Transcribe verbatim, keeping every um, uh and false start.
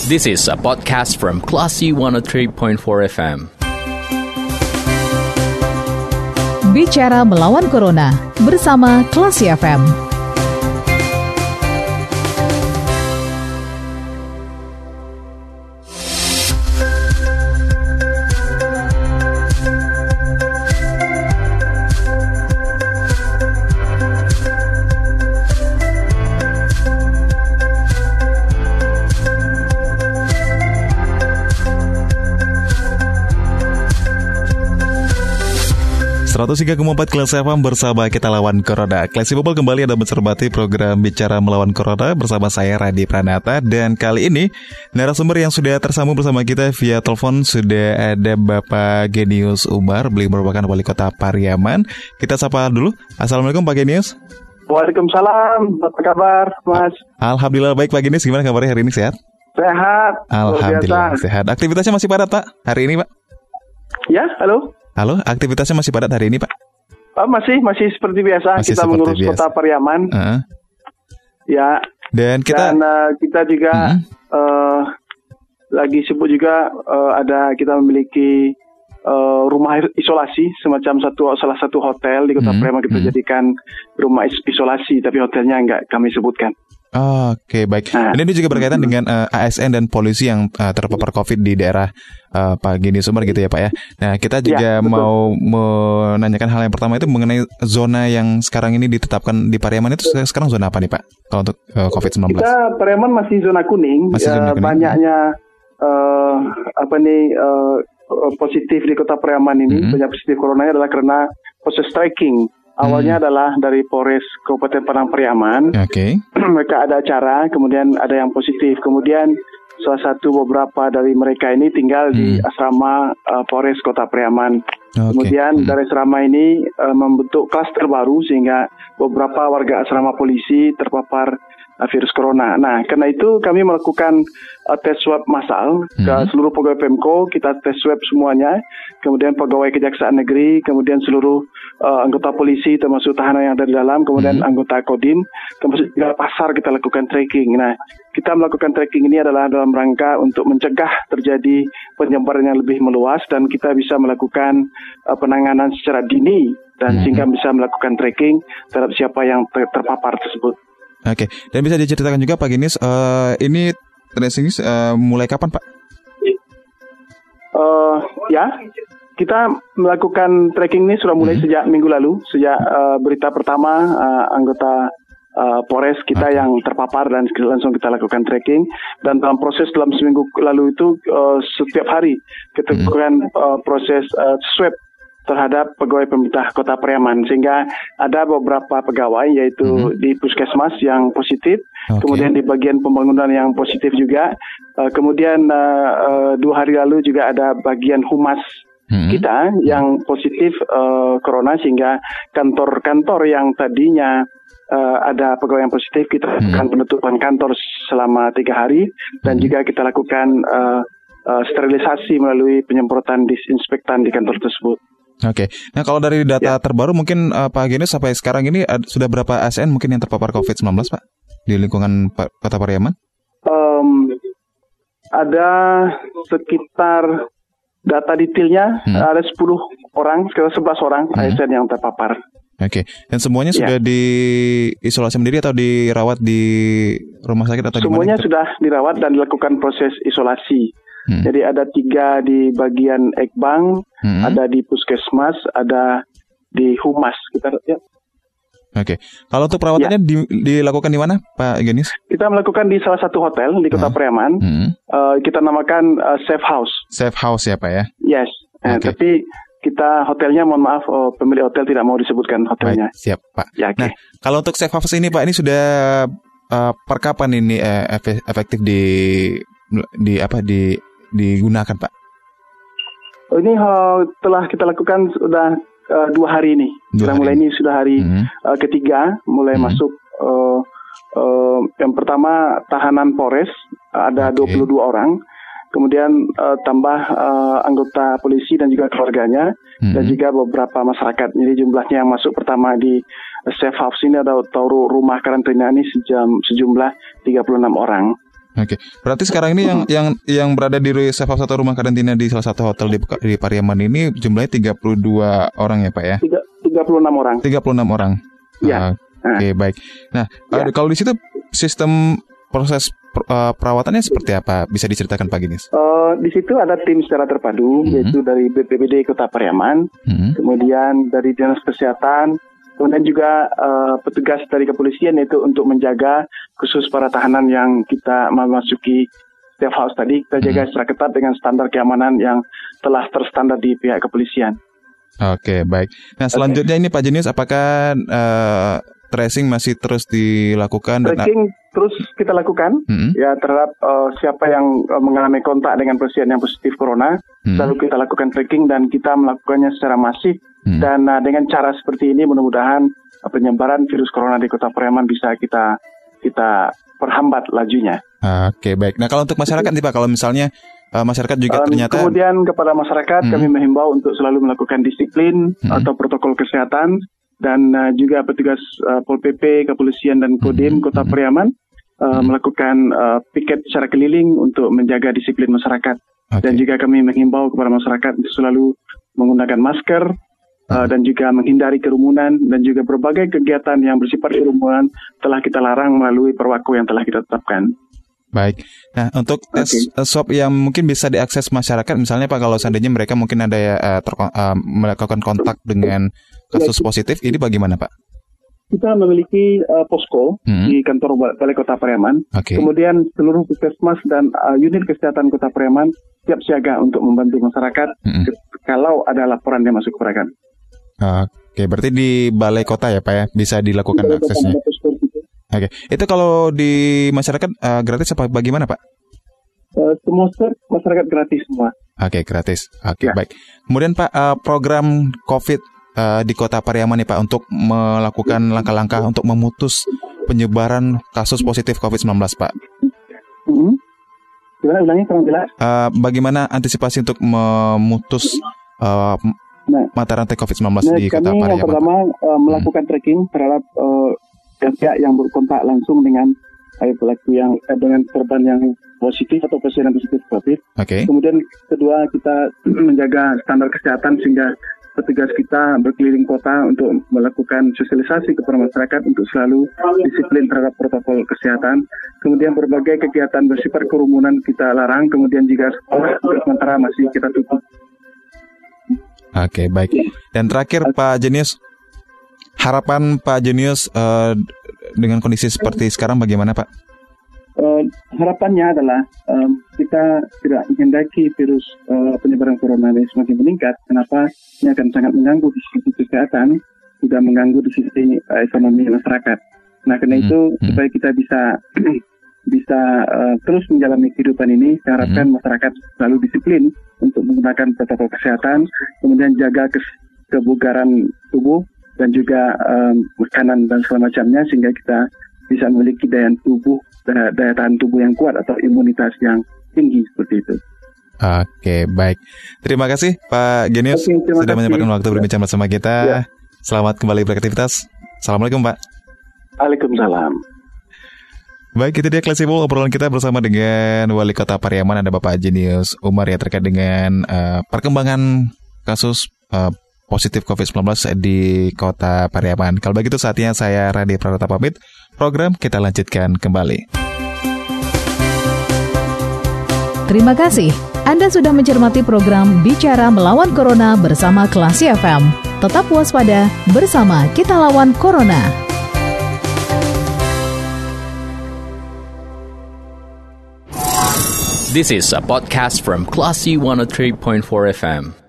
This is a podcast from Classy one oh three point four F M. Bicara melawan Corona bersama Classy F M. seratus tiga koma empat Classy F M bersama kita lawan Corona. Classy People kembali ada mencermati program Bicara Melawan Corona bersama saya Radi Pranata. Dan kali ini narasumber yang sudah tersambung bersama kita via telepon sudah ada Bapak Genius Umar. Beliau merupakan Wali Kota Pariaman. Kita sapa dulu. Assalamualaikum Pak Genius. Waalaikumsalam. Apa kabar Mas? Alhamdulillah baik Pak Genius. Gimana kabarnya hari ini, sehat? Sehat. Alhamdulillah sehat. Aktivitasnya masih padat Pak hari ini Pak? Ya, halo. Halo, aktivitasnya masih padat hari ini, Pak? Oh, masih, masih seperti biasa. Masih kita seperti mengurus biasa. Kota Pariaman. Uh-huh. Ya. Dan kita, Dan, uh, kita juga uh-huh. uh, lagi sibuk juga uh, ada kita memiliki uh, rumah isolasi semacam satu salah satu hotel di Kota uh-huh. Pariaman kita uh-huh. jadikan rumah isolasi, tapi hotelnya enggak kami sebutkan. Oh, Oke, okay, baik. Nah, ini juga berkaitan hmm. dengan uh, A S N dan polisi yang uh, terpapar COVID di daerah uh, Pak Genius Umar gitu ya Pak ya. Nah, kita juga ya, mau menanyakan hal yang pertama itu mengenai zona yang sekarang ini ditetapkan di Pariaman itu sekarang zona apa nih Pak kalau untuk uh, covid sembilan belas? Kita Pariaman masih zona kuning. Masih zona kuning. Banyaknya uh, apa nih uh, positif di Kota Pariaman ini, hmm. banyak positif coronanya adalah karena proses tracking. Awalnya hmm. adalah dari Polres Kabupaten Padang Pariaman. Oke. Okay. Mereka ada acara, kemudian ada yang positif. Kemudian salah satu beberapa dari mereka ini tinggal hmm. di asrama uh, Polres Kota Pariaman. Okay. Kemudian hmm. dari asrama ini uh, membentuk klaster baru sehingga beberapa warga asrama polisi terpapar uh, virus corona. Nah, karena itu kami melakukan uh, tes swab massal hmm. ke seluruh pegawai Pemko. Kita tes swab semuanya. Kemudian pegawai Kejaksaan Negeri, kemudian seluruh uh, anggota polisi termasuk tahanan yang ada di dalam, kemudian hmm. anggota Kodim, termasuk juga pasar kita lakukan tracking. Nah, kita melakukan tracking ini adalah dalam rangka untuk mencegah terjadi penyebaran yang lebih meluas dan kita bisa melakukan uh, penanganan secara dini dan hmm. sehingga bisa melakukan tracking terhadap siapa yang ter- terpapar tersebut. Oke, dan bisa diceritakan juga Pak Genius, uh, ini tracing uh, mulai kapan Pak? Uh, ya, kita melakukan tracking ini sudah mulai hmm. sejak minggu lalu, sejak uh, berita pertama uh, anggota uh, Polres kita okay. yang terpapar dan langsung kita lakukan tracking. Dan dalam proses dalam seminggu lalu itu uh, setiap hari kita lakukan hmm. uh, proses uh, swab terhadap pegawai pemerintah Kota Pariaman, sehingga ada beberapa pegawai yaitu mm-hmm. di puskesmas yang positif, okay. kemudian di bagian pembangunan yang positif juga, uh, kemudian uh, uh, dua hari lalu juga ada bagian humas mm-hmm. kita yang positif uh, corona, sehingga kantor-kantor yang tadinya uh, ada pegawai yang positif kita lakukan mm-hmm. penutupan kantor selama tiga hari dan mm-hmm. juga kita lakukan uh, uh, sterilisasi melalui penyemprotan disinfektan di kantor tersebut. Oke, nah kalau dari data ya. terbaru mungkin uh, Pak Genius sampai sekarang ini uh, sudah berapa A S N mungkin yang terpapar covid sembilan belas Pak di lingkungan Pak, Kota Pariaman? Um, ada sekitar data detailnya hmm. ada sepuluh orang, sekitar sebelas orang hmm. A S N yang terpapar. Oke, dan semuanya ya. sudah diisolasi mandiri atau dirawat di rumah sakit atau semuanya di mana? Sudah dirawat dan dilakukan proses isolasi. Hmm. Jadi ada tiga di bagian Ekbang, hmm. ada di Puskesmas, ada di Humas. Kita ya. Oke. Kalau untuk perawatannya ya. di, dilakukan di mana, Pak Genius? Kita melakukan di salah satu hotel di Kota hmm. Pariaman. Hmm. Uh, kita namakan uh, Safe House. Safe House ya, Pak ya? Yes. Uh, okay. Tapi kita hotelnya, mohon maaf, oh, pemilik hotel tidak mau disebutkan hotelnya. Baik, siap, Pak. Ya, okay. Nah, kalau untuk Safe House ini, Pak, ini sudah uh, per kapan ini uh, efektif di di apa di digunakan Pak? Ini uh, telah kita lakukan sudah uh, dua hari ini. Kita mulai ini sudah hari mm-hmm. uh, ketiga, mulai mm-hmm. masuk. Uh, uh, yang pertama tahanan Polres uh, ada okay. dua puluh dua orang, kemudian uh, tambah uh, anggota polisi dan juga keluarganya, mm-hmm. dan juga beberapa masyarakat. Jadi jumlahnya yang masuk pertama di Safe House ini ada atau rumah karantina ini sejam, sejumlah tiga puluh enam orang. Oke, berarti sekarang ini yang yang yang berada di salah satu rumah karantina di salah satu hotel di, di Pariaman ini jumlahnya tiga puluh dua orang ya Pak ya? tiga puluh enam orang. tiga puluh enam orang. Ya. Oke, okay, baik. Nah, ya. Kalau di situ sistem proses uh, perawatannya seperti apa? Bisa diceritakan Pak Ginis? Uh, di situ ada tim secara terpadu, mm-hmm. yaitu dari B P B D Kota Pariaman, mm-hmm. kemudian dari Dinas Kesehatan, kemudian juga uh, petugas dari kepolisian, yaitu untuk menjaga khusus para tahanan yang kita memasuki safe house tadi, kita jaga hmm. secara ketat dengan standar keamanan yang telah terstandar di pihak kepolisian. Oke, baik. Nah, selanjutnya okay. ini Pak Jenius, apakah uh, tracing masih terus dilakukan? Tracing dan... terus kita lakukan hmm. ya terhadap uh, siapa yang uh, mengalami kontak dengan pasien yang positif corona, hmm. lalu kita lakukan tracking dan kita melakukannya secara masif. Hmm. Dan uh, dengan cara seperti ini mudah-mudahan uh, penyebaran virus corona di Kota Pariaman bisa kita kita perhambat lajunya. Oke, baik. Nah, kalau untuk masyarakat nih Pak, kalau misalnya uh, masyarakat juga um, ternyata... Kemudian kepada masyarakat hmm. kami menghimbau untuk selalu melakukan disiplin hmm. atau protokol kesehatan dan uh, juga petugas uh, Pol P P, Kepolisian dan Kodim hmm. Kota Pariaman uh, hmm. melakukan uh, piket secara keliling untuk menjaga disiplin masyarakat. Okay. Dan juga kami menghimbau kepada masyarakat untuk selalu menggunakan masker, Uh, dan juga menghindari kerumunan dan juga berbagai kegiatan yang bersifat kerumunan telah kita larang melalui perwaku yang telah kita tetapkan. Baik. Nah, untuk tes okay. swab yang mungkin bisa diakses masyarakat, misalnya Pak, kalau seandainya mereka mungkin ada ya uh, ter- uh, melakukan kontak dengan kasus positif, ini bagaimana Pak? Kita memiliki uh, posko hmm. di kantor Balai Kota Pariaman. Okay. Kemudian seluruh puskesmas dan uh, unit kesehatan Kota Pariaman siap siaga untuk membantu masyarakat hmm. ke- kalau ada laporan yang masuk kepada kami. Oke, berarti di Balai Kota ya Pak ya, bisa dilakukan Balai aksesnya. Oke, itu kalau di masyarakat uh, gratis apa bagaimana Pak? Uh, semua masyarakat gratis semua. Oke, gratis. Oke, ya. Baik. Kemudian Pak, uh, program COVID uh, di Kota Pariaman nih Pak untuk melakukan langkah-langkah untuk memutus penyebaran kasus positif covid sembilan belas Pak. Mm-hmm. Gimana ulangi kurang jelas? Uh, bagaimana antisipasi untuk memutus uh, Nah, mata rantai covid sembilan belas nah, di Kota Pariaman? Kami yang pertama uh, melakukan hmm. tracking terhadap uh, pihak yang berkontak langsung dengan uh, pelaku yang uh, dengan korban yang positif atau pasien yang positif COVID. Okay. Kemudian kedua kita menjaga standar kesehatan sehingga petugas kita berkeliling kota untuk melakukan sosialisasi kepada masyarakat untuk selalu disiplin terhadap protokol kesehatan. Kemudian berbagai kegiatan bersifat kerumunan kita larang. Kemudian juga sekolah sementara masih kita tutup. Oke, baik. Dan terakhir Pak Jenius, harapan Pak Jenius uh, dengan kondisi seperti sekarang bagaimana Pak? Uh, harapannya adalah um, kita tidak menghendaki virus uh, penyebaran corona ini semakin meningkat. Kenapa? Ini akan sangat mengganggu di sisi kesehatan, juga mengganggu di sisi uh, ekonomi masyarakat. Nah, karena hmm. itu hmm. supaya kita bisa bisa uh, terus menjalani kehidupan ini, saya harapkan hmm. masyarakat selalu disiplin untuk menggunakan protokol kesehatan, kemudian jaga kes- kebugaran tubuh dan juga um, makanan dan segala macamnya sehingga kita bisa memiliki daya tubuh daya, daya tahan tubuh yang kuat atau imunitas yang tinggi seperti itu. Oke, baik. Terima kasih Pak Genius Oke, sudah menyempatkan waktu berbincang bersama kita. Ya. Selamat kembali beraktivitas. Assalamualaikum Pak. Waalaikumsalam. Baik, itu dia Classable obrolan kita bersama dengan Wali Kota Pariaman, ada Bapak Jenius Umar ya, terkait dengan uh, perkembangan kasus uh, positif covid sembilan belas di Kota Pariaman. Kalau begitu saatnya saya Radi Pranata pamit. Program kita lanjutkan kembali. Terima kasih. Anda sudah mencermati program Bicara Melawan Corona bersama Classy F M. Tetap waspada, bersama kita lawan Corona. This is a podcast from Classy one oh three point four F M.